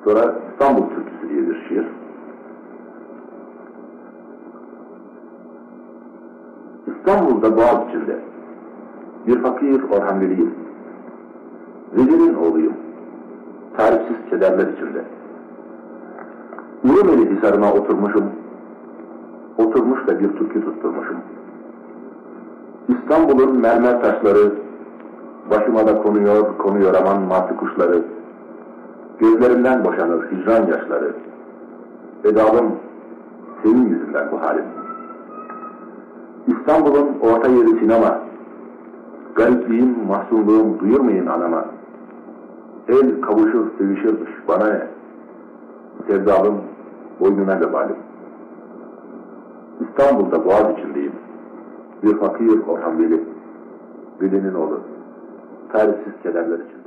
Sonra İstanbul Türküsü diye bir şiir. İstanbul'da Boğaziçi'nde bir fakir Orhan Veli'yim. Veli'nin oğluyum. Tarifsiz kederler içinde. Urumeli Hisarı'na oturmuşum. Oturmuş da bir türkü tutturmuşum. İstanbul'un mermer taşları, başıma da konuyor aman martı kuşları. Gözlerimden boşanır hicran yaşları. Edalım senin yüzünden bu halim. İstanbul'un orta yeri sinema. Garipliğim, mahzunluğum duyurmayın anama. El kavuşur sevişirmiş bana ne? Sevdalım boynuna vebalim. İstanbul'da Boğaziçi'ndeyim. Bir fakir Orhan Veli. Veli'nin oğlu. Tarifsiz kederler için.